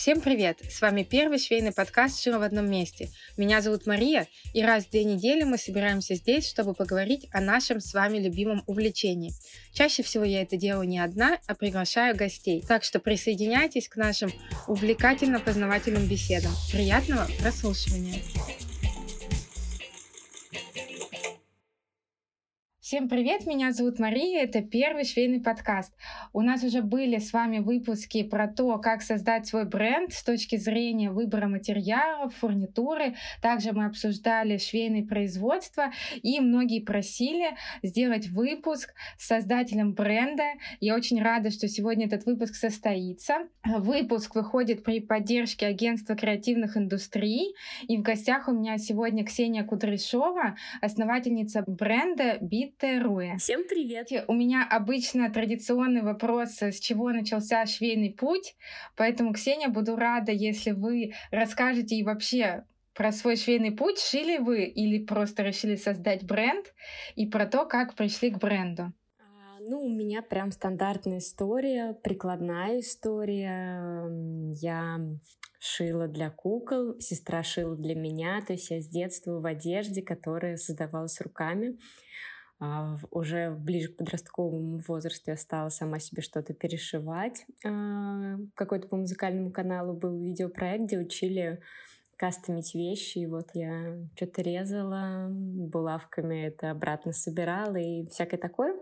Всем привет! С вами первый швейный подкаст «Шила в одном месте». Меня зовут Мария, и раз в 2 недели мы собираемся здесь, чтобы поговорить о нашем с вами любимом увлечении. Чаще всего я это делаю не одна, а приглашаю гостей. Так что присоединяйтесь к нашим увлекательно-познавательным беседам. Приятного прослушивания! Всем привет, меня зовут Мария, это первый швейный подкаст. У нас уже были с вами выпуски про то, как создать свой бренд с точки зрения выбора материалов, фурнитуры. Также мы обсуждали швейное производство, и многие просили сделать выпуск с создателем бренда. Я очень рада, что сегодня этот выпуск состоится. Выпуск выходит при поддержке агентства креативных индустрий, и в гостях у меня сегодня Ксения Кудряшова, основательница бренда Bit Ruhe. Всем привет! У меня обычно традиционный вопрос, с чего начался швейный путь, поэтому, Ксения, буду рада, если вы расскажете и вообще про свой швейный путь, шили вы или просто решили создать бренд, и про то, как пришли к бренду. У меня прям стандартная история, прикладная история. Я шила для кукол, сестра шила для меня, то есть я с детства в одежде, которая создавалась руками. Уже ближе к подростковому возрасту я стала сама себе что-то перешивать. Какой-то по музыкальному каналу был видеопроект, где учили кастомить вещи. И вот я что-то резала, булавками это обратно собирала и всякое такое.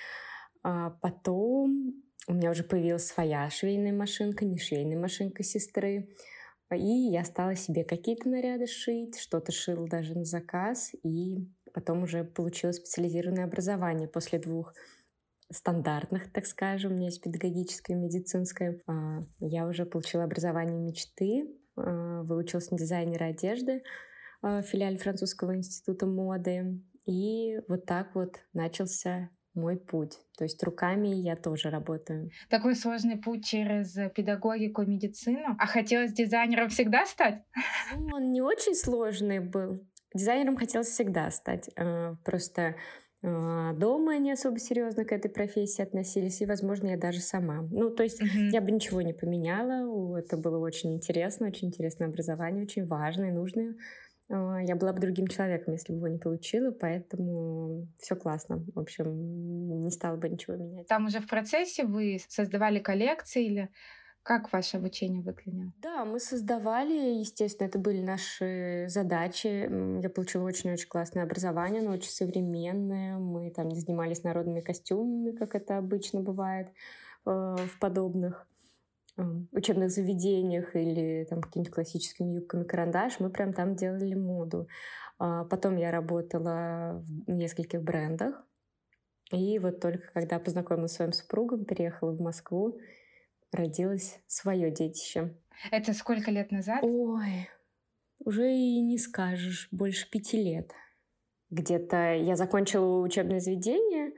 Потом у меня уже появилась своя швейная машинка, не швейная машинка сестры. И я стала себе какие-то наряды шить, что-то шила даже на заказ. И потом уже получила специализированное образование после 2 стандартных, так скажем. У меня есть педагогическое и медицинское. Я уже получила образование мечты, выучилась на дизайнера одежды в филиале Французского института моды. И вот так вот начался мой путь. То есть руками я тоже работаю. Такой сложный путь через педагогику и медицину. А хотелось дизайнером всегда стать? Он не очень сложный был. Дизайнером хотелось всегда стать. Просто дома не особо серьезно к этой профессии относились, и, возможно, я даже сама. То есть я бы ничего не поменяла. Это было очень интересное образование, очень важное, нужное. Я была бы другим человеком, если бы его не получила, поэтому все классно. В общем, не стала бы ничего менять. Там уже в процессе вы создавали коллекции или как ваше обучение выглядело? Да, мы создавали, естественно, это были наши задачи. Я получила очень-очень классное образование, оно очень современное. Мы там не занимались народными костюмами, как это обычно бывает в подобных учебных заведениях или там какими-то классическими юбками-карандаш. Мы прям там делали моду. Потом я работала в нескольких брендах. И вот только когда познакомилась с своим супругом, переехала в Москву, родилось свое детище. Это сколько лет назад? Ой, уже и не скажешь, больше 5 лет. Где-то я закончила учебное заведение,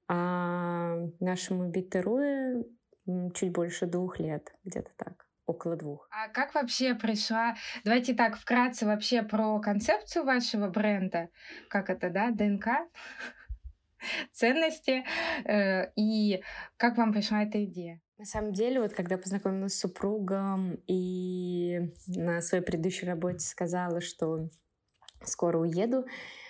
а нашему Bit Ruhe чуть больше 2 лет, где-то так, около 2. А как вообще пришла... Давайте так, вкратце вообще про концепцию вашего бренда. Как это, да? ДНК? Ценности. И как вам пришла эта идея? На самом деле, вот когда познакомилась с супругом и на своей предыдущей работе сказала, что скоро уеду,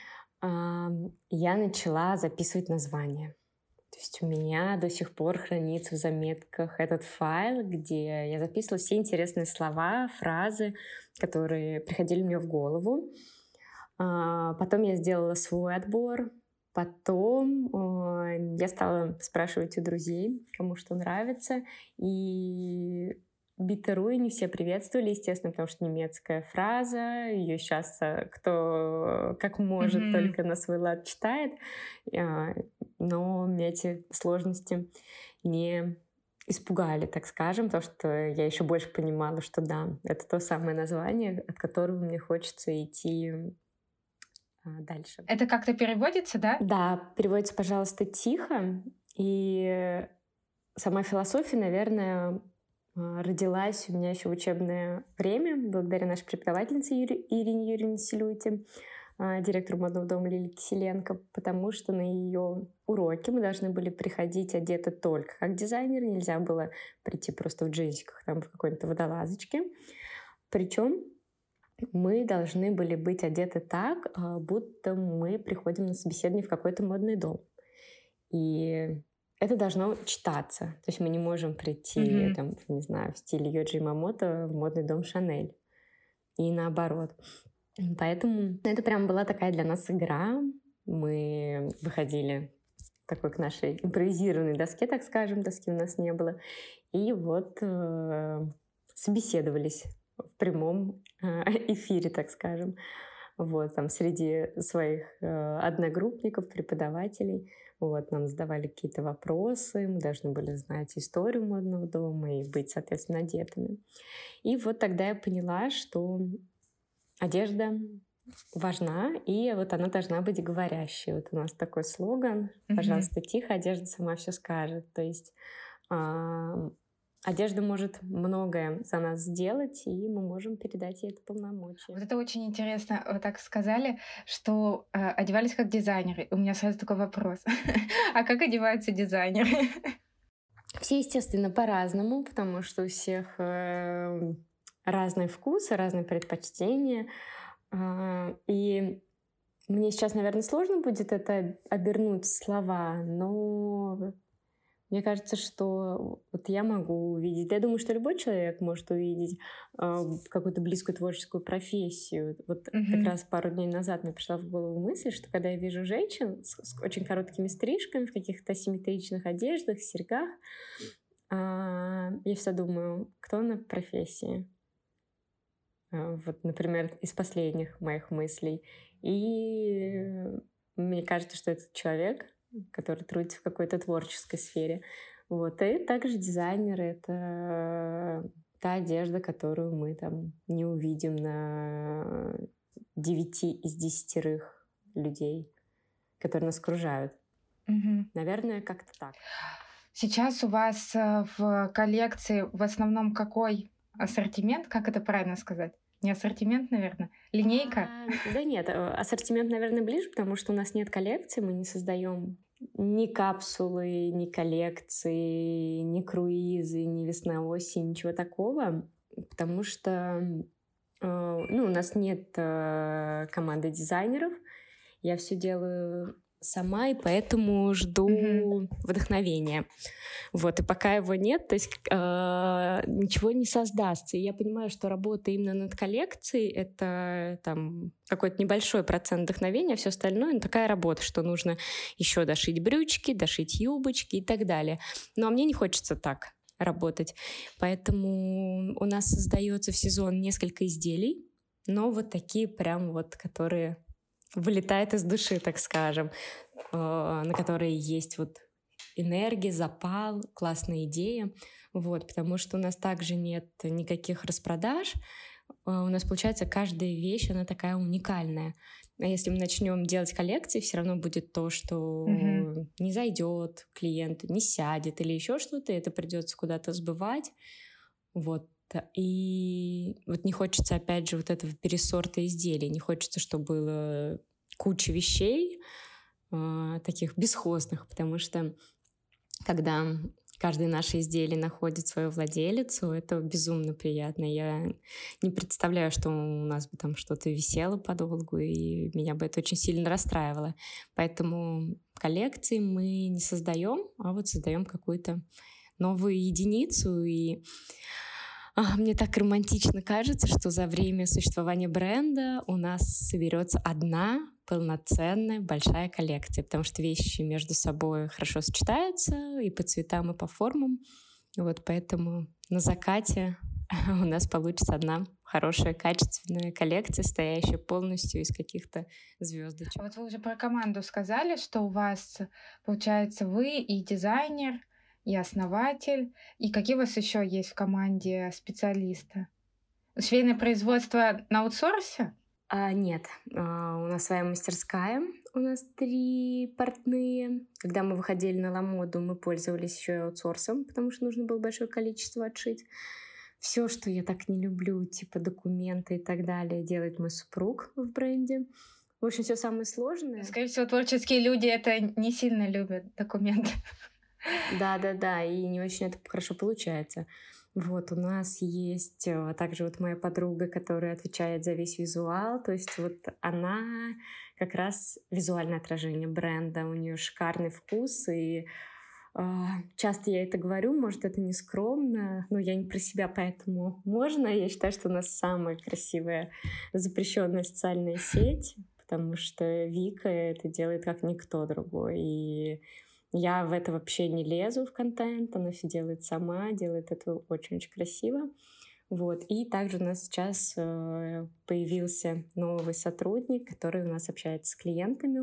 я начала записывать названия. То есть у меня до сих пор хранится в заметках этот файл, где я записывала все интересные слова, фразы, которые приходили мне в голову. Потом я сделала свой отбор. Потом я стала спрашивать у друзей, кому что нравится. И Bit Ruhe не все приветствовали, естественно, потому что немецкая фраза. Ее сейчас кто как может только на свой лад читает. Но меня эти сложности не испугали, так скажем, потому что я еще больше понимала, что да, это то самое название, от которого мне хочется идти дальше. Это как-то переводится, да? Да, переводится, пожалуйста, тихо. И сама философия, наверное, родилась у меня еще в учебное время, благодаря нашей преподавательнице Ирине Юрьевне Селюте. директору модного дома Лили Киселенко, потому что на ее уроки мы должны были приходить одеты только как дизайнер, нельзя было прийти просто в джинсиках, там, в какой-нибудь водолазочке. Причем мы должны были быть одеты так, будто мы приходим на собеседование в какой-то модный дом. И это должно читаться. То есть мы не можем прийти, там, не знаю, в стиле Йоджи Ямамото в модный дом Шанель. И наоборот. Поэтому это прям была такая для нас игра. Мы выходили такой к нашей импровизированной доске, так скажем, доски у нас не было. И вот собеседовались в прямом эфире, так скажем. Вот, там, среди своих одногруппников, преподавателей. Вот, нам задавали какие-то вопросы, мы должны были знать историю модного дома и быть, соответственно, одетыми. И вот тогда я поняла, что одежда важна, и вот она должна быть говорящей. Вот у нас такой слоган «Пожалуйста, тихо, одежда сама все скажет». То есть одежда может многое за нас сделать, и мы можем передать ей это полномочия. Вот это очень интересно. Вы так сказали, что одевались как дизайнеры. У меня сразу такой вопрос. А как одеваются дизайнеры? Все, естественно, по-разному, потому что у всех разные вкусы, разные предпочтения. И мне сейчас, наверное, сложно будет это обернуть в слова, но мне кажется, что вот я могу увидеть, я думаю, что любой человек может увидеть какую-то близкую творческую профессию. Вот как раз пару дней назад мне пришла в голову мысль, что когда я вижу женщин с очень короткими стрижками, в каких-то асимметричных одеждах, серьгах, я всегда думаю, кто на профессии? Вот, например, из последних моих мыслей. И мне кажется, что этот человек, который трудится в какой-то творческой сфере. Вот. И также дизайнеры — это та одежда, которую мы там не увидим на 9 из 10 людей, которые нас окружают. Наверное, как-то так. Сейчас у вас в коллекции в основном какой ассортимент? Как это правильно сказать? Не ассортимент, наверное? Линейка? Да нет, ассортимент, наверное, ближе, потому что у нас нет коллекции, мы не создаем ни капсулы, ни коллекции, ни круизы, ни весна-осень, ничего такого, потому что у нас нет команды дизайнеров. Я все делаю сама, и поэтому жду вдохновения. Вот, и пока его нет, то есть ничего не создастся. И я понимаю, что работа именно над коллекцией — это там какой-то небольшой процент вдохновения, а все остальное — такая работа, что нужно еще дошить брючки, дошить юбочки и так далее. Но мне не хочется так работать. Поэтому у нас создается в сезон несколько изделий, но вот такие прям вот, которые вылетают из души, так скажем, на которые есть вот энергия, запал, классная идея. Вот, потому что у нас также нет никаких распродаж. У нас, получается, каждая вещь, она такая уникальная. А если мы начнем делать коллекции, все равно будет то, что не зайдет клиенту, не сядет или еще что-то, и это придется куда-то сбывать. Вот. И вот не хочется, опять же, вот этого пересорта изделий. Не хочется, чтобы было куча вещей таких бесхозных, потому что когда каждое наше изделие находит свою владелицу, это безумно приятно. Я не представляю, что у нас бы там что-то висело подолгу, и меня бы это очень сильно расстраивало. Поэтому коллекции мы не создаем, а вот создаем какую-то новую единицу. И мне так романтично кажется, что за время существования бренда у нас соберется одна полноценная большая коллекция, потому что вещи между собой хорошо сочетаются и по цветам, и по формам. Вот поэтому на закате у нас получится одна хорошая, качественная коллекция, стоящая полностью из каких-то звездочек. Вот вы уже про команду сказали, что у вас, получается, вы и дизайнер, и основатель. И какие у вас еще есть в команде специалисты? Швейное производство на аутсорсе? Нет, у нас своя мастерская, у нас 3 портные. Когда мы выходили на Ламоду, мы пользовались еще и аутсорсом, потому что нужно было большое количество отшить. Все, что я так не люблю, типа документы и так далее, делает мой супруг в бренде. В общем, все самое сложное. Скорее всего, творческие люди это не сильно любят документы. Да, и не очень это хорошо получается. Вот, у нас есть также вот моя подруга, которая отвечает за весь визуал, то есть вот она как раз визуальное отражение бренда, у нее шикарный вкус, и часто я это говорю, может, это не скромно, но я не про себя, поэтому можно. Я считаю, что у нас самая красивая запрещенная социальная сеть, потому что Вика это делает как никто другой, и я в это вообще не лезу в контент, она все делает сама, делает это очень-очень красиво. Вот. И также у нас сейчас появился новый сотрудник, который у нас общается с клиентами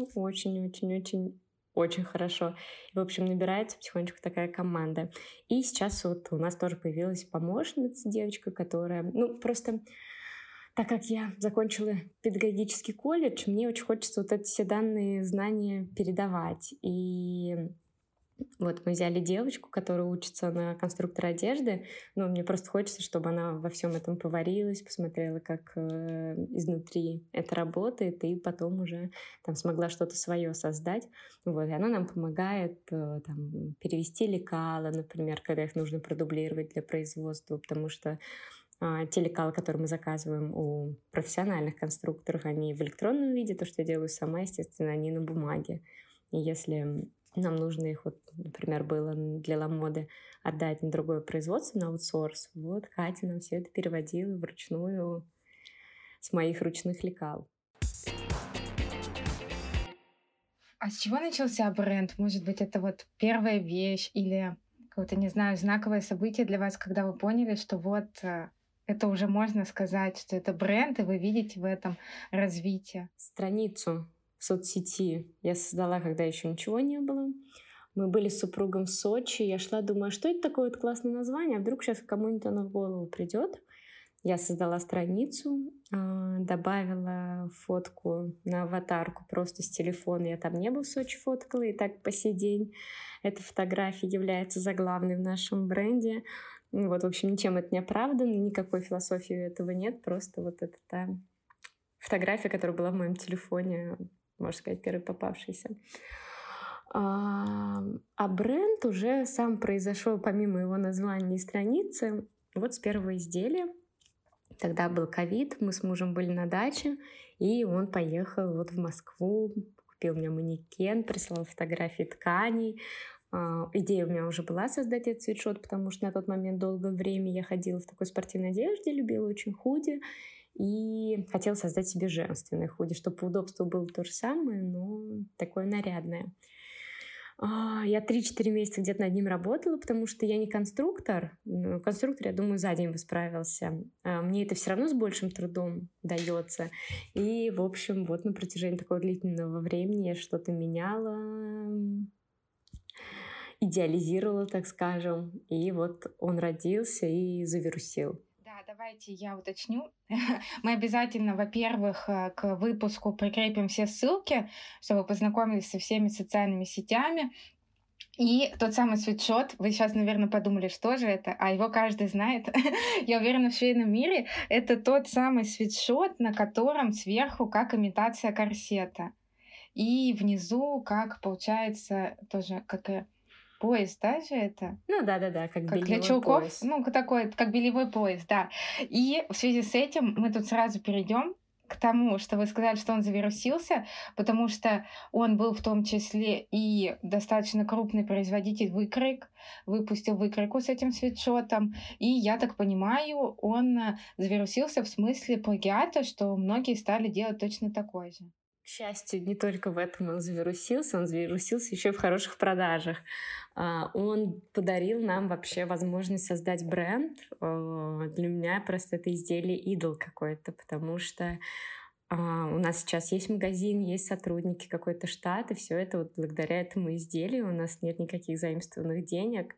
очень хорошо. И, в общем, набирается потихонечку такая команда. И сейчас вот у нас тоже появилась помощница, девочка, которая... Ну, просто так как я закончила педагогический колледж, мне очень хочется вот эти все данные, знания передавать. И вот мы взяли девочку, которая учится на конструктора одежды, но мне просто хочется, чтобы она во всем этом поварилась, посмотрела, как изнутри это работает, и потом уже там смогла что-то свое создать. Вот, и она нам помогает там, перевести лекала, например, когда их нужно продублировать для производства, потому что те лекала, которые мы заказываем у профессиональных конструкторов, они в электронном виде, то, что я делаю сама, естественно, они на бумаге. И если нам нужно их, вот, например, было для Ламоды отдать на другое производство, на аутсорс, вот Катя нам все это переводила вручную с моих ручных лекал. А с чего начался бренд? Может быть, это вот первая вещь или какое-то, не знаю, знаковое событие для вас, когда вы поняли, что вот это уже можно сказать, что это бренд, и вы видите в этом развитие? Страницу в соцсети я создала, когда еще ничего не было. Мы были с супругом в Сочи. Я шла, думаю, что это такое вот классное название, а вдруг сейчас кому-нибудь оно в голову придет. Я создала страницу, добавила фотку на аватарку просто с телефона. Я там небо в Сочи фоткала, и так по сей день эта фотография является заглавной в нашем бренде. Вот, в общем, ничем это не оправдано, никакой философии этого нет, просто вот это та фотография, которая была в моем телефоне, можно сказать, первой попавшейся. А бренд уже сам произошел помимо его названия и страницы вот с первого изделия. Тогда был ковид, мы с мужем были на даче, и он поехал вот в Москву, купил мне манекен, прислал фотографии тканей. Идея у меня уже была создать этот свитшот, потому что на тот момент долгое время я ходила в такой спортивной одежде, любила очень худи, и хотела создать себе женственное худи, чтобы по удобству было то же самое, но такое нарядное. Я 3-4 месяца где-то над ним работала, потому что я не конструктор. Конструктор, я думаю, за день бы справился. Мне это все равно с большим трудом дается. И, в общем, вот на протяжении такого длительного времени я что-то меняла, идеализировала, так скажем. И вот он родился и завирусил. Давайте я уточню. Мы обязательно, во-первых, к выпуску прикрепим все ссылки, чтобы познакомились со всеми социальными сетями. И тот самый свитшот, вы сейчас, наверное, подумали, что же это, а его каждый знает. Я уверена, в швейном мире это тот самый свитшот, на котором сверху как имитация корсета. И внизу, как получается, тоже как пояс, да, же это? Ну да, как для бельевой чулков. пояс. Ну, такой, как бельевой пояс, да. И в связи с этим мы тут сразу перейдем к тому, что вы сказали, что он завирусился, потому что он был в том числе и достаточно крупный производитель выкроек, выпустил выкройку с этим свитшотом, и, я так понимаю, он завирусился в смысле плагиата, что многие стали делать точно такой же. К счастью, не только в этом он завирусился еще и в хороших продажах. Он подарил нам вообще возможность создать бренд. Для меня просто это изделие идол какой-то, потому что у нас сейчас есть магазин, есть сотрудники, какой-то штат, и все это вот благодаря этому изделию. У нас нет никаких заимствованных денег.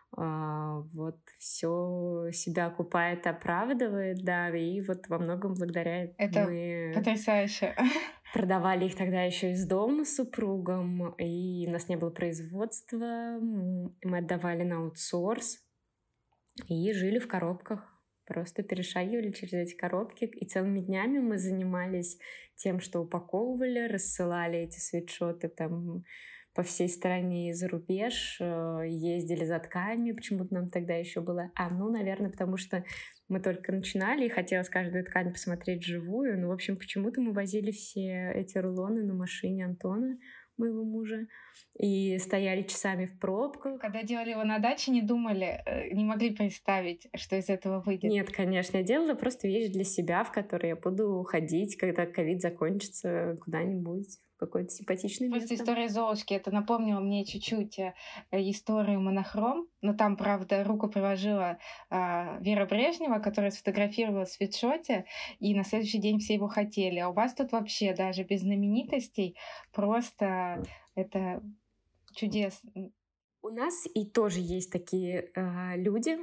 Вот все себя окупает, оправдывает, да, и вот во многом благодаря это мы потрясающе. Продавали их тогда еще из дома с супругом, и у нас не было производства, мы отдавали на аутсорс и жили в коробках. Просто перешагивали через эти коробки, и целыми днями мы занимались тем, что упаковывали, рассылали эти свитшоты там по всей стране и за рубеж, ездили за тканью, почему-то нам тогда еще было... наверное, потому что мы только начинали, и хотелось каждую ткань посмотреть вживую. Ну, в общем, почему-то мы возили все эти рулоны на машине Антона, моего мужа, и стояли часами в пробках. Когда делали его на даче, не думали, не могли представить, что из этого выйдет? Нет, конечно, я делала просто вещь для себя, в которой я буду ходить, когда ковид закончится, куда-нибудь, в какое-то симпатичное место. Просто история Золушки, это напомнило мне чуть-чуть историю Монохром, но там, правда, руку приложила Вера Брежнева, которая сфотографировала в свитшоте, и на следующий день все его хотели. А у вас тут вообще даже без знаменитостей просто это чудесно. У нас и тоже есть такие люди,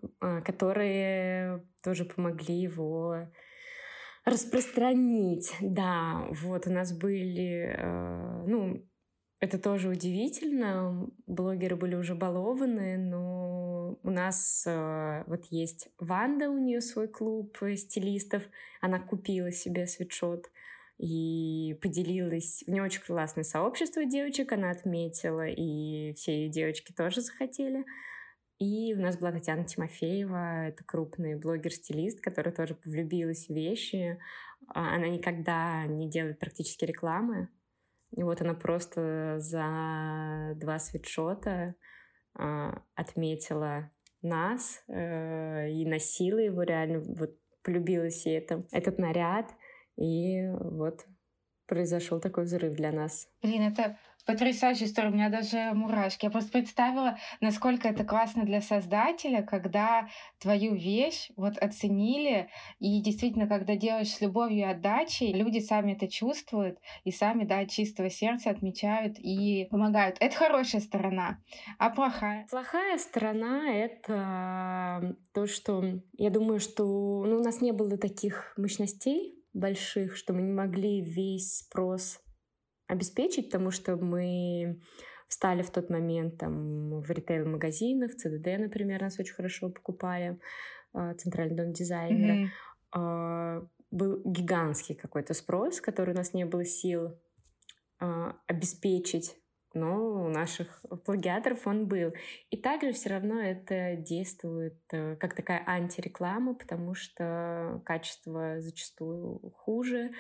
которые тоже помогли его распространить. Да, вот у нас были... это тоже удивительно. Блогеры были уже балованы, но у нас вот есть Ванда, у нее свой клуб стилистов. Она купила себе свитшот и поделилась. У нее очень классное сообщество девочек, она отметила, и все ее девочки тоже захотели. И у нас была Татьяна Тимофеева, это крупный блогер-стилист, которая тоже влюбилась в вещи. Она никогда не делает практически рекламы. И вот она просто за 2 свитшота отметила нас и носила его реально. Вот полюбилась ей этот наряд. И вот произошел такой взрыв для нас. Блин, это потрясающая история, у меня даже мурашки. Я просто представила, насколько это классно для создателя, когда твою вещь вот оценили, и действительно, когда делаешь с любовью и отдачей, люди сами это чувствуют, и сами, да, от чистого сердца отмечают и помогают. Это хорошая сторона. А плохая? Плохая сторона — это то, что я думаю, что у нас не было таких мощностей больших, что мы не могли весь спрос обеспечить, потому что мы встали в тот момент там, в ритейл-магазинах, в ЦДД, например, нас очень хорошо покупали, Центральный дом дизайнера. Был гигантский какой-то спрос, который у нас не было сил обеспечить, но у наших плагиаторов он был. И также все равно это действует как такая антиреклама, потому что качество зачастую хуже,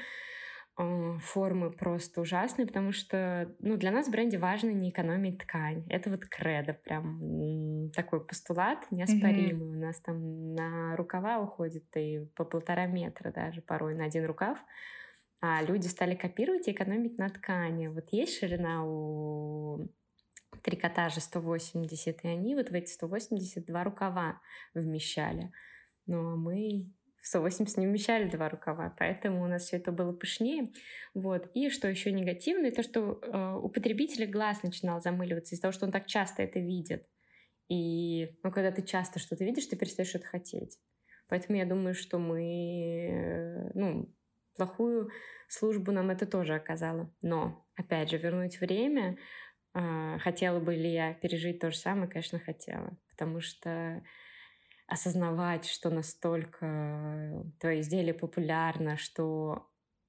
формы просто ужасные, потому что для нас в бренде важно не экономить ткань. Это вот кредо, прям такой постулат неоспоримый. У нас там на рукава уходит и по 1,5 метра даже порой на один рукав. А люди стали копировать и экономить на ткани. Вот есть ширина у трикотажа 180, и они вот в эти 182 рукава вмещали. Но мы в 180 не вмещали 2 рукава, поэтому у нас все это было пышнее. Вот. И что еще негативное, то, что у потребителя глаз начинал замыливаться из-за того, что он так часто это видит. И когда ты часто что-то видишь, ты перестаешь это хотеть. Поэтому я думаю, что мы... плохую службу нам это тоже оказало. Но, опять же, вернуть время, хотела бы ли я пережить то же самое, конечно, хотела. Потому что осознавать, что настолько твое изделие популярно, что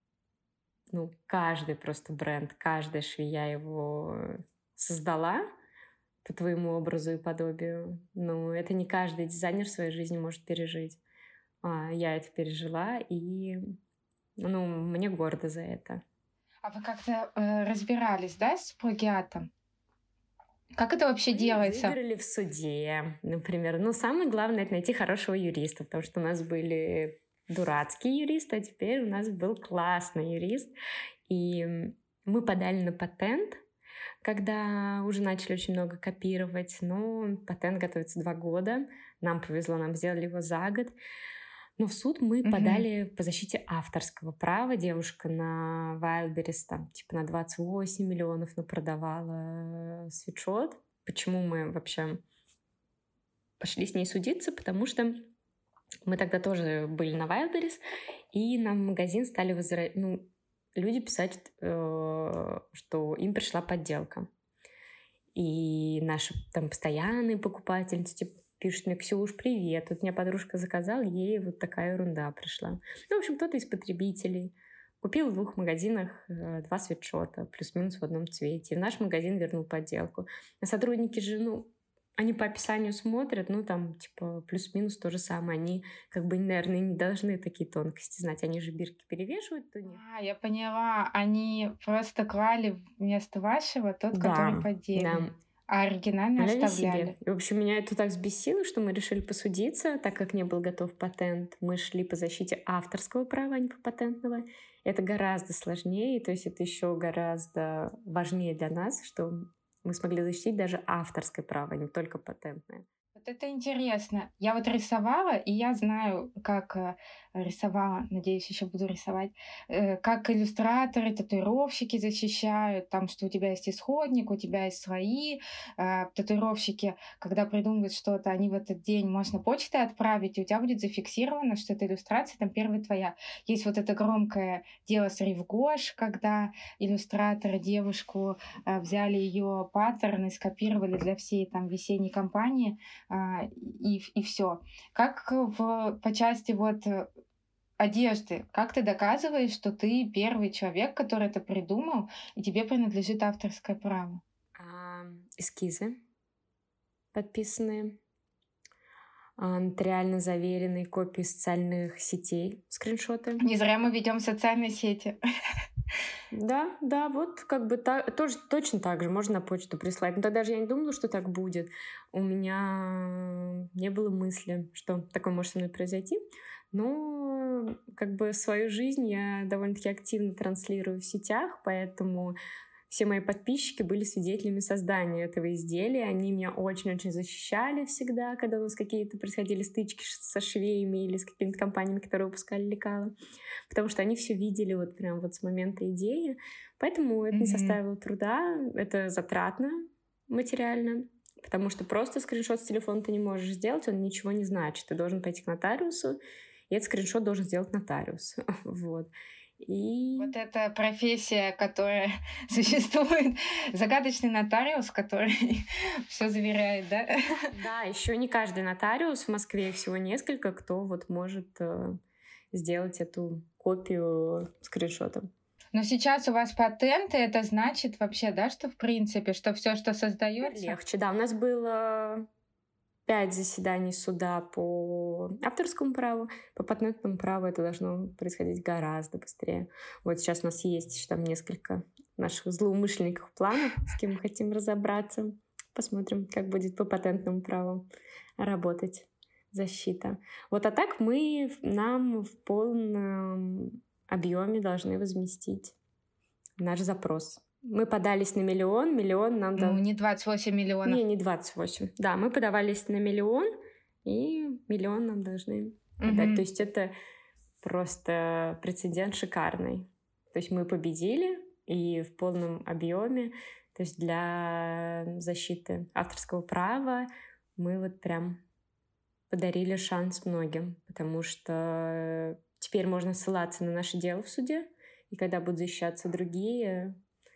каждый просто бренд, каждая швея его создала по твоему образу и подобию. Это не каждый дизайнер в своей жизни может пережить. Я это пережила, и мне гордо за это. А вы как-то разбирались, да, с плагиатом? Как это вообще делается? Выиграли в суде, например. Самое главное — это найти хорошего юриста, потому что у нас были дурацкие юристы, а теперь у нас был классный юрист. И мы подали на патент, когда уже начали очень много копировать. Но патент готовится 2 года. Нам повезло, нам сделали его за год. Но в суд мы подали по защите авторского права. Девушка на Wildberries там на 28 миллионов продавала свитшот. Почему мы вообще пошли с ней судиться? Потому что мы тогда тоже были на Wildberries, и нам в магазин стали люди писать, что им пришла подделка. И наши там постоянные покупательницы пишут мне: «Ксюш, привет, вот мне подружка заказала, ей вот такая ерунда пришла». Ну, в общем, кто-то из потребителей купил в 2 магазинах 2 свитшота, плюс-минус в одном цвете. И в наш магазин вернул подделку. А сотрудники же, они по описанию смотрят, там, типа, плюс-минус то же самое. Они, как бы, наверное, не должны такие тонкости знать. Они же бирки перевешивают у них. Я поняла. Они просто клали вместо вашего тот, который Да, поддельный. да. А оригинальный Оставляли оставляли. себе. И, в общем, меня это так взбесило, что мы решили посудиться, так как не был готов патент. Мы шли по защите авторского права, а не по патентного. Это гораздо сложнее, то есть это еще гораздо важнее для нас, что мы смогли защитить даже авторское право, а не только патентное. Вот это интересно. Я вот рисовала, и я знаю, как рисовала, надеюсь, еще буду рисовать, как иллюстраторы, татуировщики защищают, там, что у тебя есть исходник, у тебя есть свои татуировщики, когда придумывают что-то, они в этот день можно почтой отправить, и у тебя будет зафиксировано, что эта иллюстрация там первая твоя. Есть вот это громкое дело с Ривгош, когда иллюстраторы девушку взяли ее паттерн и скопировали для всей там весенней кампании, и все. Как по части вот одежды, как ты доказываешь, что ты первый человек, который это придумал, и тебе принадлежит авторское право? Эскизы подписанные, нотариально заверенные копии социальных сетей, скриншоты. Не зря мы ведем социальные сети. Да, вот как бы тоже точно так же можно на почту прислать. Но тогда же я не думала, что так будет. У меня не было мысли, что такое может со мной произойти. Но как бы свою жизнь я довольно-таки активно транслирую в сетях, поэтому все мои подписчики были свидетелями создания этого изделия. Они меня очень-очень защищали всегда, когда у нас какие-то происходили стычки со швеями или с какими-то компаниями, которые выпускали лекала. Потому что они все видели вот прям вот с момента идеи. Поэтому это не составило труда. Это затратно материально. Потому что просто скриншот с телефона ты не можешь сделать, он ничего не значит. Ты должен пойти к нотариусу, и этот скриншот должен сделать нотариус. Вот. Вот эта профессия, которая существует, загадочный нотариус, который все заверяет, да? Да, еще не каждый нотариус, в Москве их всего несколько, кто вот может сделать эту копию скриншота. Но сейчас у вас патенты, это значит вообще, да, что в принципе, что все, что создается... Легче, да. У нас было 5 заседаний суда по авторскому праву, по патентному праву это должно происходить гораздо быстрее. Вот сейчас у нас есть там несколько наших злоумышленников в планах, с кем мы хотим разобраться. Посмотрим, как будет по патентному праву работать защита. Вот, а так нам в полном объеме должны возместить наш запрос. Мы подались на миллион нам дал... не 28 миллионов. Не 28. Да, мы подавались на миллион, и миллион нам должны отдать. То есть это просто прецедент шикарный. То есть мы победили, и в полном объеме. То есть для защиты авторского права мы вот прям подарили шанс многим, потому что теперь можно ссылаться на наше дело в суде, и когда будут защищаться другие,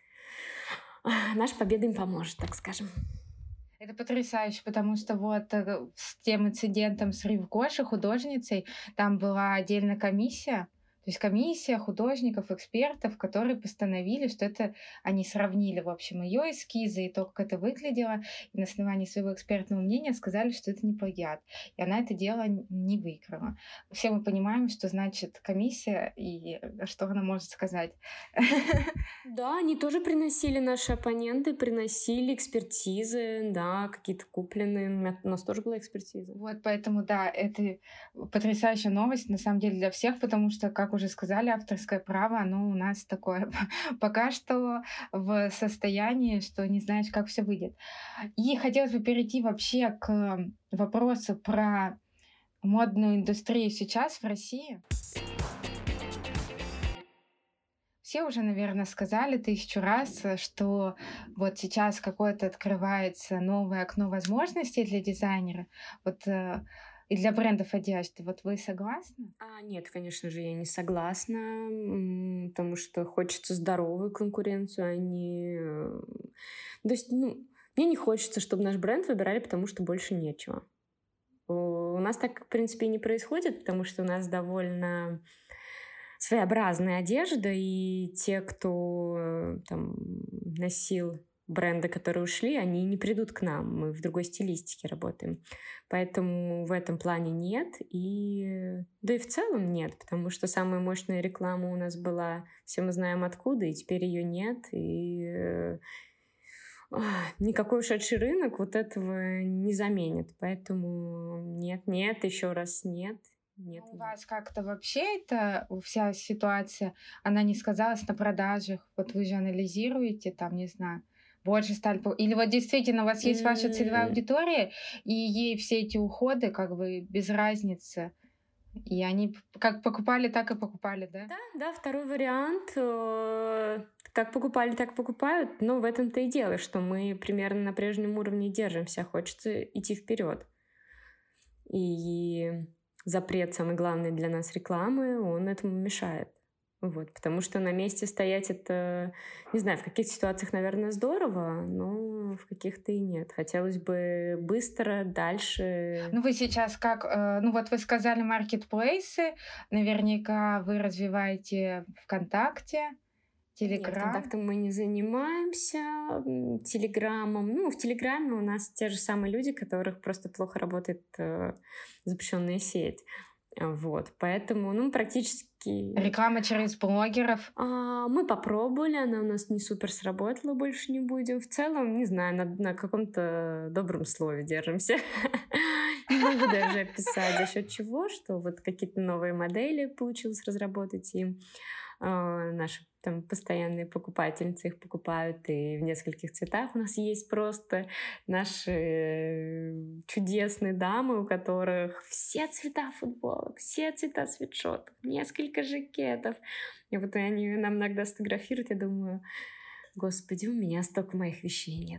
наша победа им поможет, так скажем. Это потрясающе, потому что вот с тем инцидентом с Ривгошей, художницей, там была отдельная комиссия, то есть комиссия художников, экспертов, которые постановили, что это они сравнили, в общем, ее эскизы и то, как это выглядело, и на основании своего экспертного мнения сказали, что это не плагиат. И она это дело не выиграла. Все мы понимаем, что значит комиссия и что она может сказать. Да, они тоже приносили, наши оппоненты приносили экспертизы, да, какие-то купленные. У нас тоже была экспертиза. Вот поэтому, да, это потрясающая новость, на самом деле, для всех, потому что, как уже сказали, авторское право, оно у нас такое пока что в состоянии, что не знаешь, как все выйдет. И хотелось бы перейти вообще к вопросу про модную индустрию сейчас в России. Все уже, наверное, сказали 1000 раз, что вот сейчас какое-то открывается новое окно возможностей для дизайнера. Вот и для брендов одежды. Вот вы согласны? Нет, конечно же, я не согласна, потому что хочется здоровую конкуренцию, а не... То есть, мне не хочется, чтобы наш бренд выбирали, потому что больше нечего. У нас так, в принципе, и не происходит, потому что у нас довольно своеобразная одежда, и те, кто там носил бренды, которые ушли, они не придут к нам. Мы в другой стилистике работаем. Поэтому в этом плане нет. Да и в целом нет, потому что самая мощная реклама у нас была, все мы знаем откуда, и теперь ее нет. Никакой ушедший рынок вот этого не заменит. Поэтому нет, еще раз нет. Нет, У вас как-то вообще вся ситуация, она не сказалась на продажах? Вот вы же анализируете, там, не знаю, больше стали... Или вот действительно у вас есть ваша целевая аудитория, и ей все эти уходы как бы без разницы, и они как покупали, так и покупали, да? Да, второй вариант. Как покупали, так покупают. Но в этом-то и дело, что мы примерно на прежнем уровне держимся. Хочется идти вперед. И запрет, самый главный для нас рекламы, он этому мешает. Вот, потому что на месте стоять это, не знаю, в каких-то ситуациях, наверное, здорово, но в каких-то и нет. Хотелось бы быстро, дальше. Ну, вы сейчас вот вы сказали маркетплейсы, наверняка вы развиваете ВКонтакте, Телеграм. Нет, контактом мы не занимаемся, Телеграмом. В Телеграме у нас те же самые люди, которых просто плохо работает запрещенная сеть. Вот, поэтому, практически... Реклама через блогеров? Мы попробовали, она у нас не супер сработала, больше не будем. В целом, не знаю, на каком-то добром слове держимся. Не могу даже описать, за счет чего, что вот какие-то новые модели получилось разработать, и наши там постоянные покупательницы их покупают, и в нескольких цветах. У нас есть просто наши чудесные дамы, у которых все цвета футболок, все цвета свитшотов, несколько жакетов. И вот они нам иногда сфотографируют, я думаю, господи, у меня столько моих вещей нет.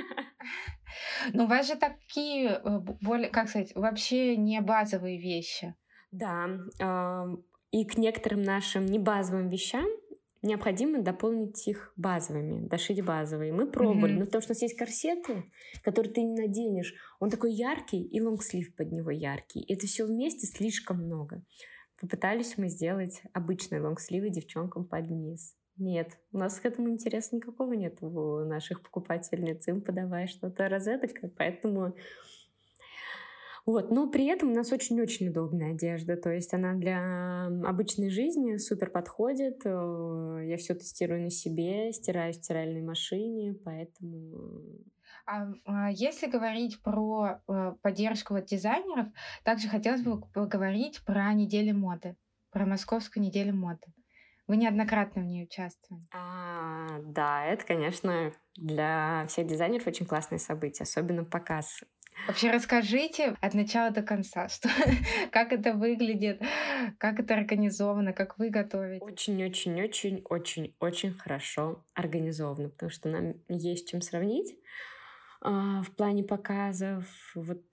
У вас же такие, более, как сказать, вообще не базовые вещи. Да, и к некоторым нашим небазовым вещам необходимо дополнить их базовыми, дошить базовые. Мы пробовали, но потому что у нас есть корсеты, которые ты не наденешь. Он такой яркий, и лонгслив под него яркий. Это все вместе слишком много. Попытались мы сделать обычные лонгсливы девчонкам под низ. Нет, у нас к этому интереса никакого нет у наших покупательниц. Им подавай что-то розеток, поэтому... Вот, но при этом у нас очень-очень удобная одежда, то есть она для обычной жизни супер подходит. Я все тестирую на себе, стираю в стиральной машине, поэтому... Если говорить про поддержку дизайнеров, также хотелось бы поговорить про неделю моды, про Московскую неделю моды. Вы неоднократно в ней участвовали. Да, это, конечно, для всех дизайнеров очень классное событие, особенно показ. Вообще расскажите от начала до конца, как это выглядит, как это организовано, как вы готовите. Очень-очень-очень-очень-очень хорошо организовано, потому что нам есть чем сравнить в плане показов. Вот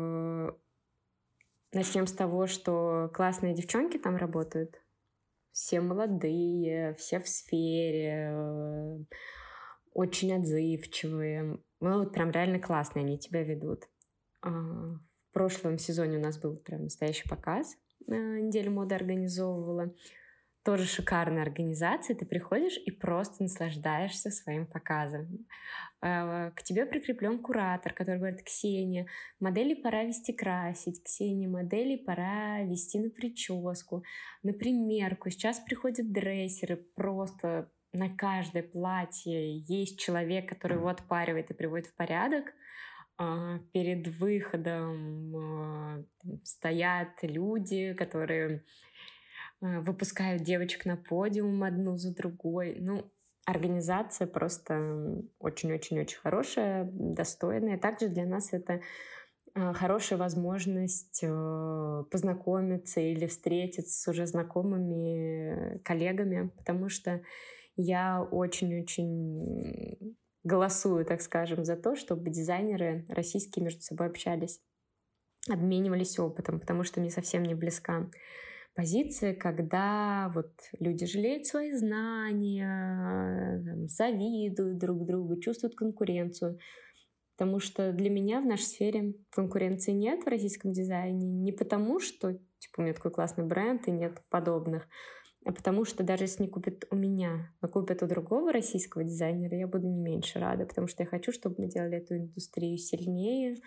начнем с того, что классные девчонки там работают. Все молодые, все в сфере, очень отзывчивые. Вот прям реально классные они тебя ведут. В прошлом сезоне у нас был прям настоящий показ. Неделю моды организовывала. Тоже шикарная организация. Ты приходишь и просто наслаждаешься своим показом. К тебе прикреплен куратор, который говорит: Ксения, модели пора вести красить. Ксения, модели пора вести на прическу, на примерку. Сейчас приходят дрессеры. Просто на каждое платье есть человек, который его отпаривает и приводит в порядок. Перед выходом стоят люди, которые выпускают девочек на подиум одну за другой. Организация просто очень-очень-очень хорошая, достойная. Также для нас это хорошая возможность познакомиться или встретиться с уже знакомыми коллегами, потому что я очень-очень голосую, так скажем, за то, чтобы дизайнеры российские между собой общались, обменивались опытом, потому что мне совсем не близка позиция, когда вот люди жалеют свои знания, завидуют друг другу, чувствуют конкуренцию. Потому что для меня в нашей сфере конкуренции нет в российском дизайне. Не потому, что типа, у меня такой классный бренд и нет подобных, а потому что даже если не купят у меня, а купят у другого российского дизайнера, я буду не меньше рада, потому что я хочу, чтобы мы делали эту индустрию сильнее,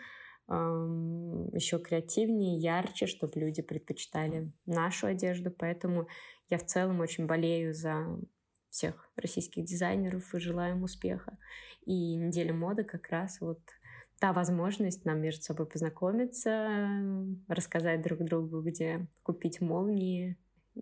еще креативнее, ярче, чтобы люди предпочитали нашу одежду. Поэтому я в целом очень болею за всех российских дизайнеров и желаю им успеха. И неделя моды как раз вот та возможность нам между собой познакомиться, рассказать друг другу, где купить молнии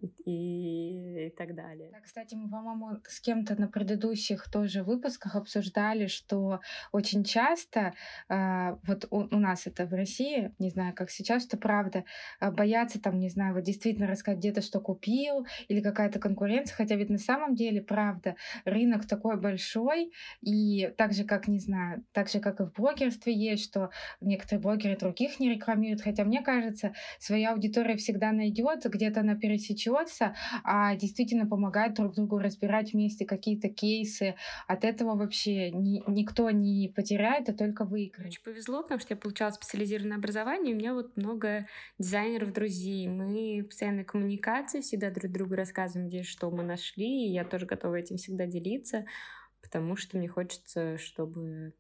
и так далее. Да, кстати, мы, по-моему, с кем-то на предыдущих тоже выпусках обсуждали, что очень часто, вот у нас это в России, не знаю, как сейчас, что правда, боятся там, не знаю, вот действительно рассказать где-то, что купил, или какая-то конкуренция, хотя ведь на самом деле, правда, рынок такой большой, и так же, как, не знаю, так же, как и в блогерстве есть, что некоторые блогеры других не рекламируют, хотя мне кажется, своя аудитория всегда найдет, где-то она пересечется, а действительно помогать друг другу разбирать вместе какие-то кейсы. От этого вообще никто не потеряет, а только выиграет. Очень повезло, потому что я получала специализированное образование, и у меня вот много дизайнеров, друзей. Мы в постоянной коммуникации, всегда друг другу рассказываем, где что мы нашли, и я тоже готова этим всегда делиться, потому что мне хочется, чтобы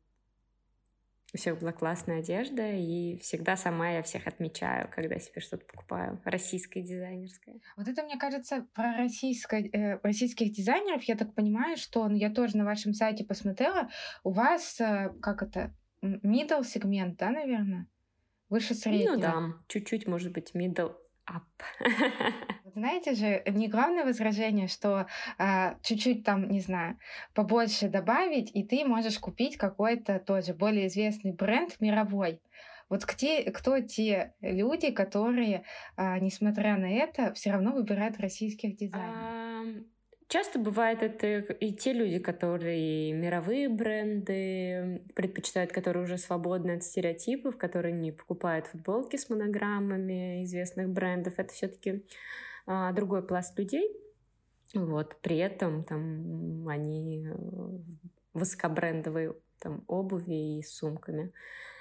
у всех была классная одежда, и всегда сама я всех отмечаю, когда себе что-то покупаю. Российское, дизайнерское. Вот это, мне кажется, про российских дизайнеров, я так понимаю, что, ну, я тоже на вашем сайте посмотрела, у вас, как это, middle сегмент, да, наверное? Выше среднего. Ну да, чуть-чуть, может быть, middle up. Вот знаете же, не главное возражение, что чуть-чуть там, не знаю, побольше добавить, и ты можешь купить какой-то тоже более известный бренд мировой. Вот кто те люди, которые, несмотря на это, все равно выбирают российских дизайнеров? Часто бывает это и те люди, которые мировые бренды предпочитают, которые уже свободны от стереотипов, которые не покупают футболки с монограммами известных брендов. Это все-таки другой пласт людей. Вот. При этом там они высокобрендовые там, обуви и с сумками.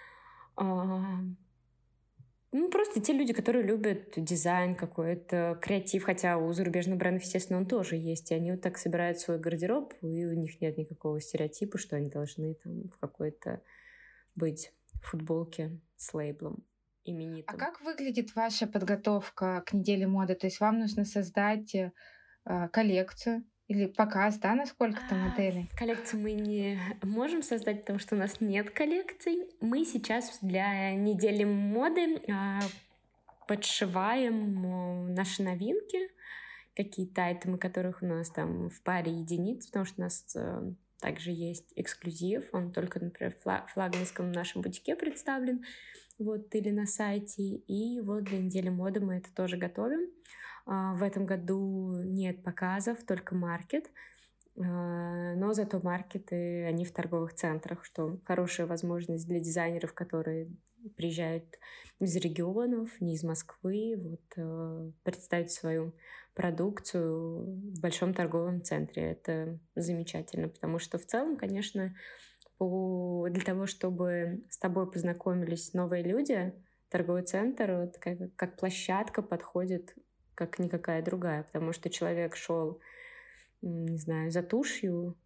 Ну, просто те люди, которые любят дизайн какой-то, креатив, хотя у зарубежных брендов, естественно, он тоже есть, и они вот так собирают свой гардероб, и у них нет никакого стереотипа, что они должны там в какой-то быть футболке с лейблом именитым. А как выглядит ваша подготовка к неделе моды? То есть вам нужно создать коллекцию или показ, да, на сколько-то моделей? Коллекцию мы не можем создать, потому что у нас нет коллекций. Мы сейчас для недели моды подшиваем наши новинки, какие-то айтемы, которых у нас там в паре единиц, потому что у нас также есть эксклюзив, он только, например, в флагманском нашем бутике представлен, вот, или на сайте, и вот для недели моды мы это тоже готовим. В этом году нет показов, только маркет, но зато маркеты, они в торговых центрах, что хорошая возможность для дизайнеров, которые приезжают из регионов, не из Москвы, вот, представить свою продукцию в большом торговом центре. Это замечательно, потому что в целом, конечно, для того, чтобы с тобой познакомились новые люди, торговый центр вот, как площадка подходит как никакая другая, потому что человек шел, не знаю, за тушью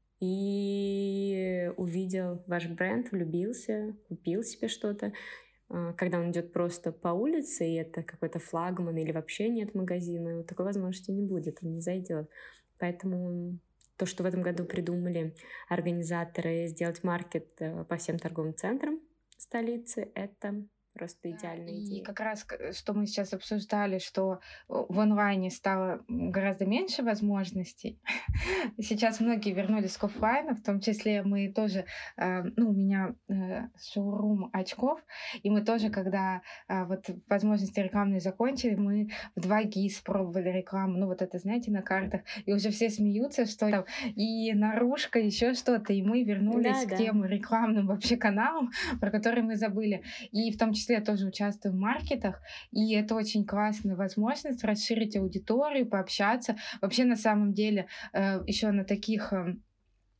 и увидел ваш бренд, влюбился, купил себе что-то. Когда он идет просто по улице, и это какой-то флагман или вообще нет магазина, вот такой возможности не будет, он не зайдет. Поэтому то, что в этом году придумали организаторы сделать маркет по всем торговым центрам столицы, это просто идеальная идея. И как раз, что мы сейчас обсуждали, что в онлайне стало гораздо меньше возможностей. Сейчас многие вернулись к офлайну, в том числе мы тоже, ну, у меня шоурум очков, и мы тоже, когда вот возможности рекламные закончили, мы в 2GIS пробовали рекламу, ну, вот это, знаете, на картах, и уже все смеются, что там и наружка, еще что-то, и мы вернулись к тем рекламным вообще каналам, про которые мы забыли. И в том числе я тоже участвую в маркетах, и это очень классная возможность расширить аудиторию, пообщаться. Вообще, на самом деле, еще на таких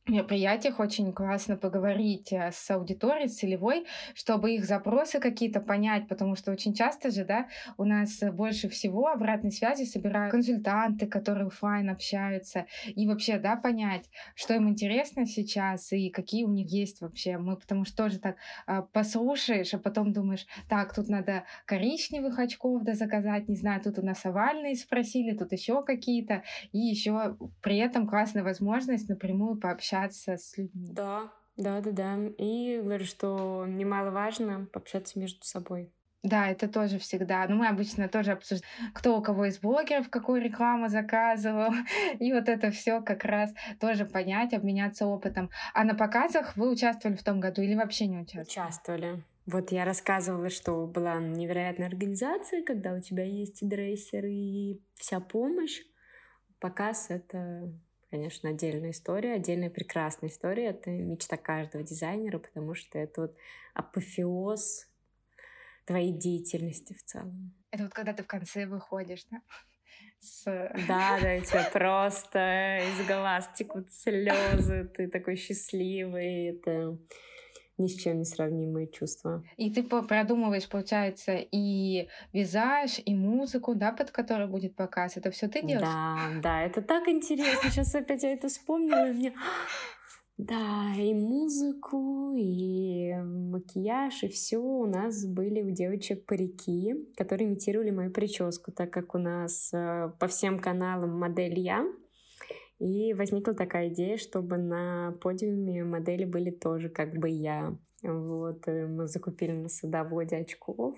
мероприятиях очень классно поговорить с аудиторией, с целевой, чтобы их запросы какие-то понять, потому что очень часто же, да, у нас больше всего обратной связи собирают консультанты, которые оффлайн общаются, и вообще, да, понять, что им интересно сейчас и какие у них есть вообще. Мы потому что тоже так послушаешь, а потом думаешь, так, тут надо коричневых очков да заказать, не знаю, тут у нас овальные спросили, тут еще какие-то, и еще при этом классная возможность напрямую пообщаться с людьми. Да, да. И говорю, что немаловажно пообщаться между собой. Да, это тоже всегда. Ну, мы обычно тоже обсуждаем, кто у кого из блогеров какую рекламу заказывал. И вот это все как раз тоже понять, обменяться опытом. А на показах вы участвовали в том году или вообще не участвовали? Участвовали. Вот я рассказывала, что была невероятная организация, когда у тебя есть и дрессер, и вся помощь. Показ — это, конечно, отдельная история, отдельная прекрасная история. Это мечта каждого дизайнера, потому что это вот апофеоз твоей деятельности в целом. Это вот когда ты в конце выходишь, да? Да, у тебя просто из глаз текут слезы, ты такой счастливый. Это ни с чем не сравнимые чувства. И ты продумываешь, получается, и визаж, и музыку, да, под которой будет показ. Это все ты делаешь? Да, это так интересно. Сейчас опять я это вспомнила, и мне... Да, и музыку, и макияж, и все. У нас были у девочек парики, которые имитировали мою прическу, так как у нас по всем каналам модель я. И возникла такая идея, чтобы на подиуме модели были тоже как бы я. Вот, мы закупили на садоводе очков.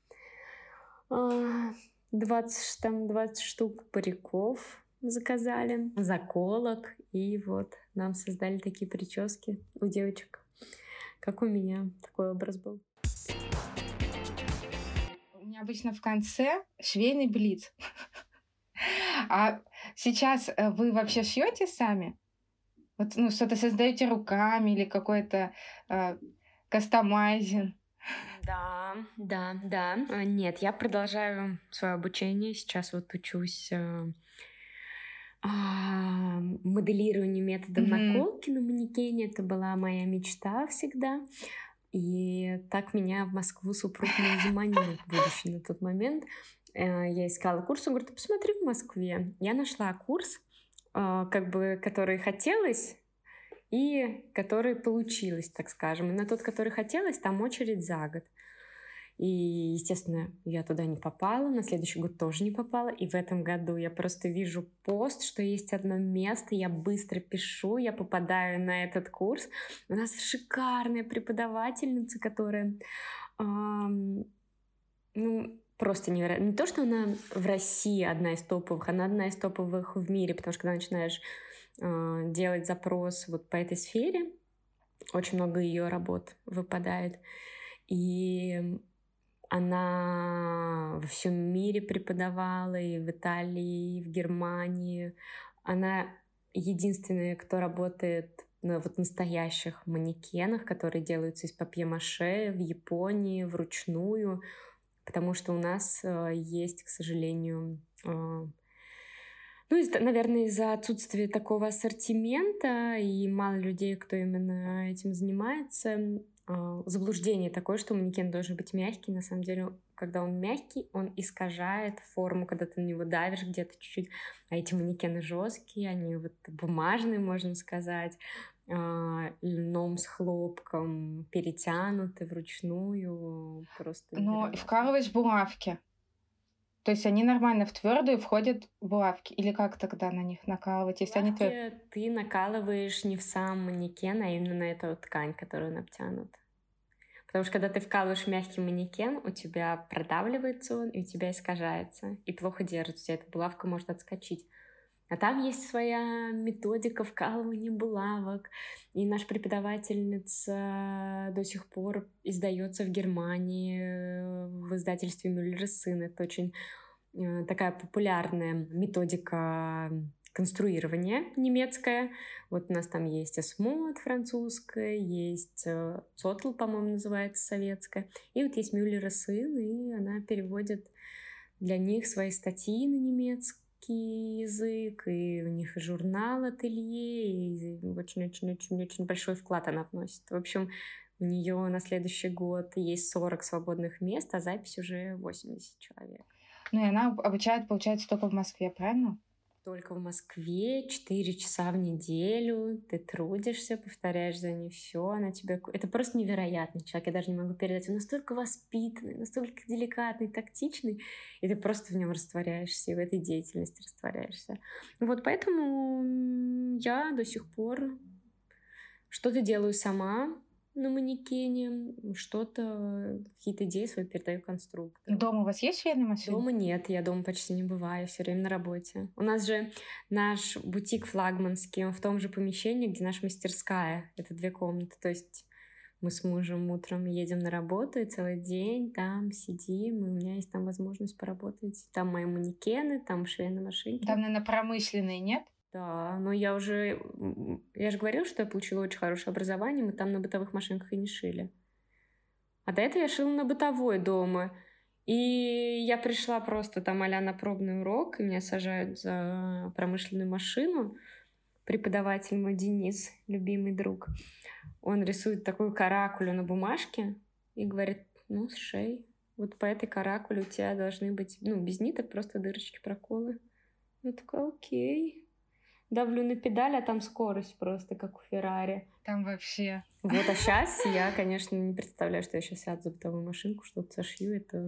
20 штук париков заказали, заколок. И вот нам создали такие прически у девочек. Как у меня такой образ был. У меня обычно в конце швейный блиц. А сейчас вы вообще шьете сами? Вот, ну, что-то создаете руками или какой-то кастомайзинг? Да. Нет, я продолжаю свое обучение. Сейчас вот учусь моделированию методом наколки на манекене. Это была моя мечта всегда. И так меня в Москву супруг не заманил, будущий на тот момент. Я искала курс, он говорит, ты посмотри в Москве. Я нашла курс, как бы, который хотелось, и который получилось, так скажем. И на тот, который хотелось, там очередь за год. И, естественно, я туда не попала, на следующий год тоже не попала. И в этом году я просто вижу пост, что есть одно место, я быстро пишу, я попадаю на этот курс. У нас шикарная преподавательница, которая, просто невероятно. Не то, что она в России одна из топовых, она одна из топовых в мире, потому что когда начинаешь делать запрос вот по этой сфере, очень много ее работ выпадает. И она во всем мире преподавала, и в Италии, и в Германии. Она единственная, кто работает на вот настоящих манекенах, которые делаются из папье-маше в Японии вручную, потому что у нас есть, к сожалению, наверное, из-за отсутствия такого ассортимента и мало людей, кто именно этим занимается, заблуждение такое, что манекен должен быть мягкий. На самом деле, когда он мягкий, он искажает форму, когда ты на него давишь где-то чуть-чуть. А эти манекены жесткие, они вот бумажные, можно сказать, льном с хлопком, перетянуты вручную. Просто Но невероятно. вкалываешь булавки. То есть они нормально в твердую входят в булавки? Или как тогда на них накалывать, если они твердые? Булавки ты накалываешь не в сам манекен, а именно на эту ткань, которую он обтянут. Потому что когда ты вкалываешь мягкий манекен, у тебя продавливается он, и у тебя искажается, и плохо держится, эта булавка может отскочить. А там есть своя методика вкалывания булавок. И наша преподавательница до сих пор издается в Германии в издательстве Мюллер и сын. Это очень такая популярная методика конструирования немецкая. Вот у нас там есть Эсмод французская, есть Цотл, по-моему, называется, советская. И вот есть Мюллер и сын, и она переводит для них свои статьи на немецкий английский язык, и у них и журнал ателье, и очень-очень-очень-очень большой вклад она вносит. В общем, у нее на следующий год есть 40 свободных мест, а запись уже 80 человек. Ну и она обучает, получается, только в Москве, правильно? Только в Москве 4 часа в неделю, ты трудишься, повторяешь за ней все, она тебя... Это просто невероятный человек, я даже не могу передать. Он настолько воспитанный, настолько деликатный, тактичный, и ты просто в нем растворяешься, и в этой деятельности растворяешься. Вот поэтому я до сих пор что-то делаю сама на манекене, что-то, какие-то идеи свои передаю конструктору. Дома у вас есть швейная машина? Дома нет, я дома почти не бываю, все время на работе. У нас же наш бутик флагманский, он в том же помещении, где наша мастерская. Это 2 комнаты, то есть мы с мужем утром едем на работу и целый день там сидим, и у меня есть там возможность поработать. Там мои манекены, там швейные машинки. Там, наверное, промышленные, нет? Да, но я же говорила, что я получила очень хорошее образование, мы там на бытовых машинках и не шили. А до этого я шила на бытовой дома. И я пришла просто там а-ля на пробный урок, и меня сажают за промышленную машину. Преподаватель мой Денис, любимый друг, он рисует такую каракулю на бумажке и говорит, ну, сшей. Вот по этой каракуле у тебя должны быть, ну, без ниток, просто дырочки, проколы. Я такая, окей. Давлю на педаль, а там скорость просто, как у Феррари. Там вообще... Вот, а сейчас я, конечно, не представляю, что я сейчас сяду за бытовую машинку, что-то сошью, это...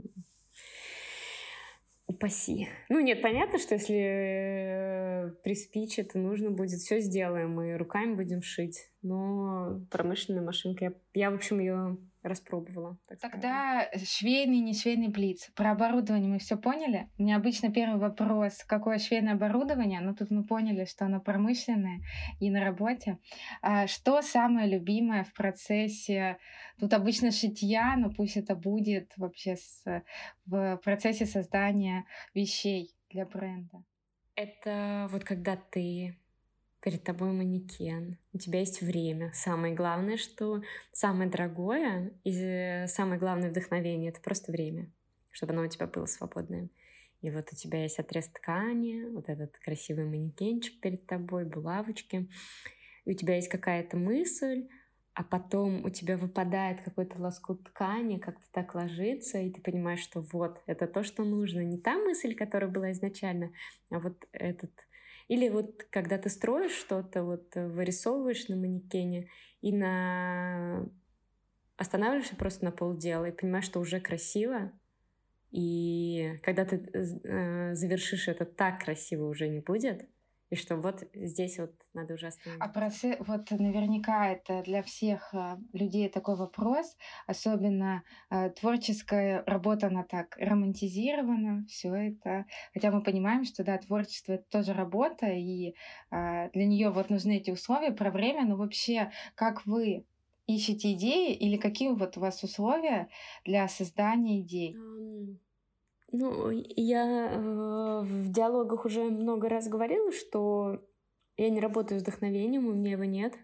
Упаси. Ну, нет, понятно, что если приспичит, нужно будет, все сделаем, мы руками будем шить. Но промышленная машинка, я в общем, ее распробовала. Тогда швейный, не швейный блиц. Про оборудование мы все поняли. У меня обычно первый вопрос, какое швейное оборудование, но тут мы поняли, что оно промышленное и на работе. Что самое любимое в процессе, тут обычно шитья, но пусть это будет вообще в процессе создания вещей для бренда? Это вот когда ты... Перед тобой манекен, у тебя есть время. Самое главное, что самое дорогое и самое главное вдохновение — это просто время, чтобы оно у тебя было свободное. И вот у тебя есть отрез ткани, вот этот красивый манекенчик перед тобой, булавочки. И у тебя есть какая-то мысль, а потом у тебя выпадает какой-то лоскут ткани, как-то так ложится, и ты понимаешь, что вот, это то, что нужно. Не та мысль, которая была изначально, а вот этот... Или вот когда ты строишь что-то, вот вырисовываешь на манекене и останавливаешься просто на полдела и понимаешь, что уже красиво. И когда ты завершишь это, так красиво уже не будет. И что вот здесь вот надо уже остановиться. Вот наверняка это для всех людей такой вопрос, особенно творческая работа, она так романтизирована, все это. Хотя мы понимаем, что да, творчество — это тоже работа, и для нее вот нужны эти условия, про время, но вообще, как вы ищете идеи или какие вот у вас условия для создания идей? Ну, я в диалогах уже много раз говорила, что я не работаю с вдохновением, у меня его нет.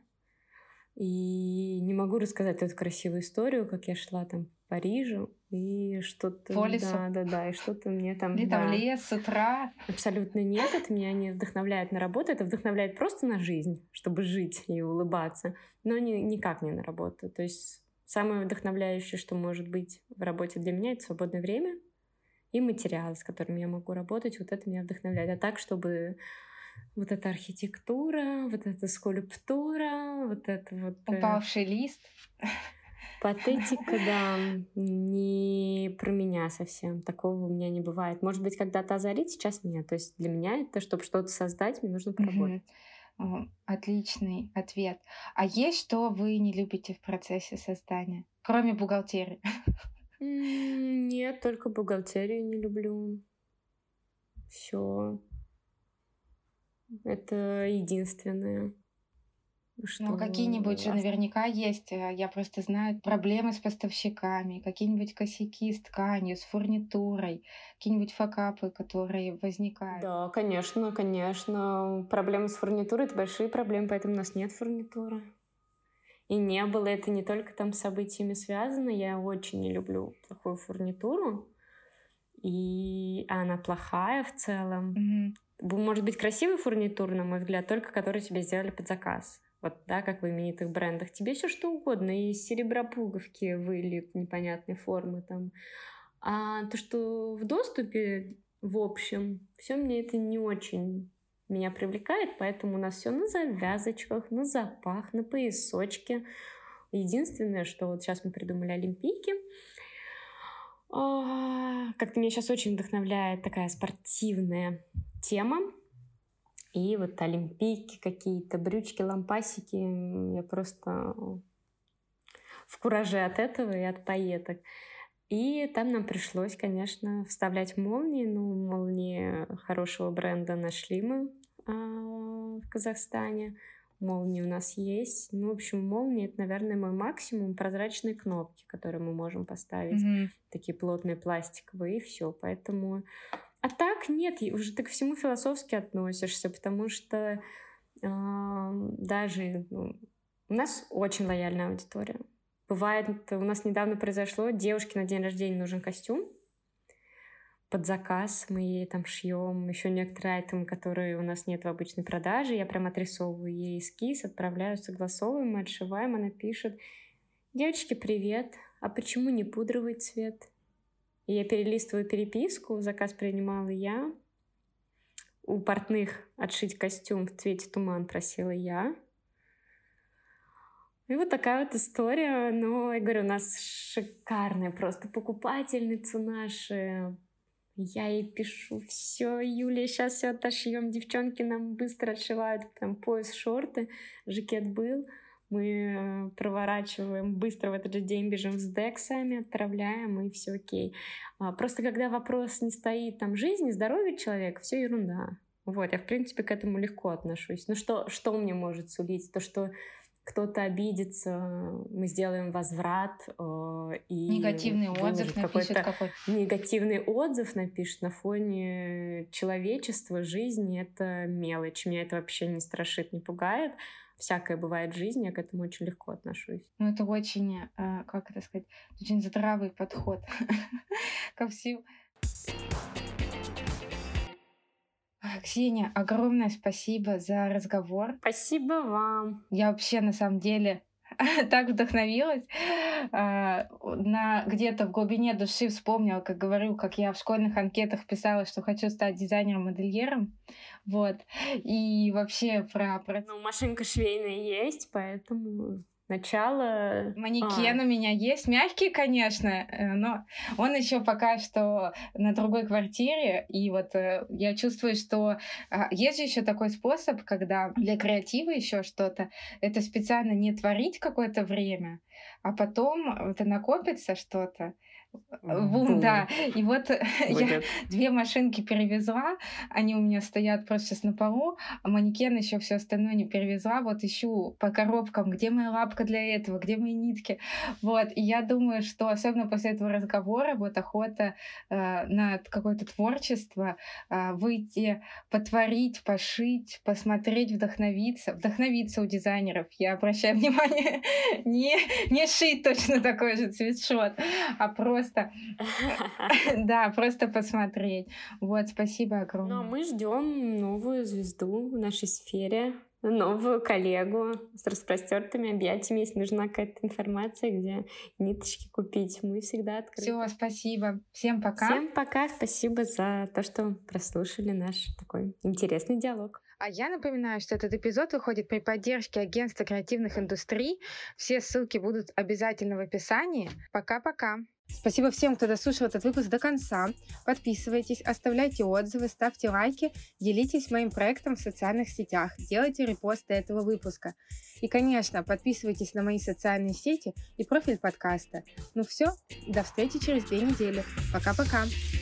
И не могу рассказать эту красивую историю, как я шла там по Парижу, и что-то... По лесу? Да, и что-то мне там... Или там лес с утра? Абсолютно нет, это меня не вдохновляет на работу, это вдохновляет просто на жизнь, чтобы жить и улыбаться, но никак не на работу. То есть самое вдохновляющее, что может быть в работе для меня, это свободное время и материалы, с которыми я могу работать, вот это меня вдохновляет. А так, чтобы вот эта архитектура, вот эта скульптура, вот это вот... Упавший лист. Патетика, да, не про меня совсем. Такого у меня не бывает. Может быть, когда-то озарит, сейчас нет. То есть для меня это, чтобы что-то создать, мне нужно поработать. Отличный ответ. А есть что вы не любите в процессе создания, кроме бухгалтерии? Нет, только бухгалтерию не люблю. Все. Это единственное. Ну, какие-нибудь же наверняка есть, я просто знаю, проблемы с поставщиками, какие-нибудь косяки с тканью, с фурнитурой, какие-нибудь факапы, которые возникают. Да, конечно, конечно. Проблемы с фурнитурой — это большие проблемы, поэтому у нас нет фурнитуры. И не было, это не только там с событиями связано. Я очень не люблю плохую фурнитуру. и она плохая в целом. Мгм. Может быть красивый фурнитур, на мой взгляд, только который тебе сделали под заказ. Вот, да, как в именитых брендах. Тебе все что угодно. И из серебра пуговки вылип непонятной формы там. А то, что в доступе, в общем, все мне это не очень меня привлекает, поэтому у нас все на завязочках, на запах, на поясочке. Единственное, что вот сейчас мы придумали олимпийки. Как-то меня сейчас очень вдохновляет такая спортивная тема. И вот олимпийки какие-то, брючки, лампасики. Я просто в кураже от этого и от пайеток. И там нам пришлось, конечно, вставлять молнии. Ну, молнии хорошего бренда нашли мы в Казахстане. Молнии у нас есть. Ну, в общем, молнии — это, наверное, мой максимум. Прозрачные кнопки, которые мы можем поставить. Мгм. Такие плотные, пластиковые, и все. Поэтому... А так нет, уже ты ко всему философски относишься, потому что даже у нас очень лояльная аудитория. Бывает, у нас недавно произошло, девушке на день рождения нужен костюм под заказ, мы ей там шьем еще некоторые айтемы, которые у нас нет в обычной продаже. Я прям отрисовываю ей эскиз, отправляю, согласовываем, мы отшиваем, она пишет: девочки, привет, а почему не пудровый цвет? И я перелистываю переписку, заказ принимала я. У портных отшить костюм в цвете туман просила я. И вот такая вот история. Но, я говорю, у нас шикарная просто покупательница наша. Я ей пишу: все, Юлия, сейчас все отошьем. Девчонки нам быстро отшивают там пояс, шорты. Жакет был. Мы проворачиваем быстро в этот же день, бежим в СДЭК сами, отправляем, и все окей. Просто когда вопрос не стоит там жизни, здоровья человека, все ерунда. Вот, я в принципе к этому легко отношусь. Ну что мне может сулить? То, что кто-то обидится, мы сделаем возврат и Негативный отзыв выложит напишет какой-то какой-то. негативный отзыв, напишет на фоне человечества, жизни. Это мелочь. Меня это вообще не страшит, не пугает. Всякое бывает в жизни, я к этому очень легко отношусь. Ну, это очень, как это сказать, очень здравый подход ко всему. Ксения, огромное спасибо за разговор. Спасибо вам. Я вообще, на самом деле, так вдохновилась. Где-то в глубине души вспомнила, как говорю, как я в школьных анкетах писала, что хочу стать дизайнером-модельером. Вот. И вообще про... Ну, машинка швейная есть, поэтому... Начало... Манекен у меня есть, мягкий, конечно, но он еще пока что на другой квартире, и вот я чувствую, что есть же еще такой способ, когда для креатива еще что-то, это специально не творить какое-то время, а потом это накопится что-то. Бум, да. И вот я 2 машинки перевезла, они у меня стоят просто сейчас на полу, а манекен еще все остальное не перевезла. Вот ищу по коробкам, где моя лапка для этого, где мои нитки. Вот. И я думаю, что особенно после этого разговора вот охота на какое-то творчество, выйти, потворить, пошить, посмотреть, вдохновиться у дизайнеров. Я обращаю внимание, не шить точно такой же цветшот, а просто да, просто посмотреть. Вот, спасибо огромное. Ну, а мы ждем новую звезду в нашей сфере, новую коллегу с распростертыми объятиями. Если нужна какая-то информация, где ниточки купить, мы всегда открыты. Все, спасибо. Всем пока. Всем пока. Спасибо за то, что прослушали наш такой интересный диалог. А я напоминаю, что этот эпизод выходит при поддержке Агентства креативных индустрий. Все ссылки будут обязательно в описании. Пока-пока. Спасибо всем, кто дослушал этот выпуск до конца. Подписывайтесь, оставляйте отзывы, ставьте лайки, делитесь моим проектом в социальных сетях, делайте репосты этого выпуска. И, конечно, подписывайтесь на мои социальные сети и профиль подкаста. Ну все, до встречи через 2 недели. Пока-пока.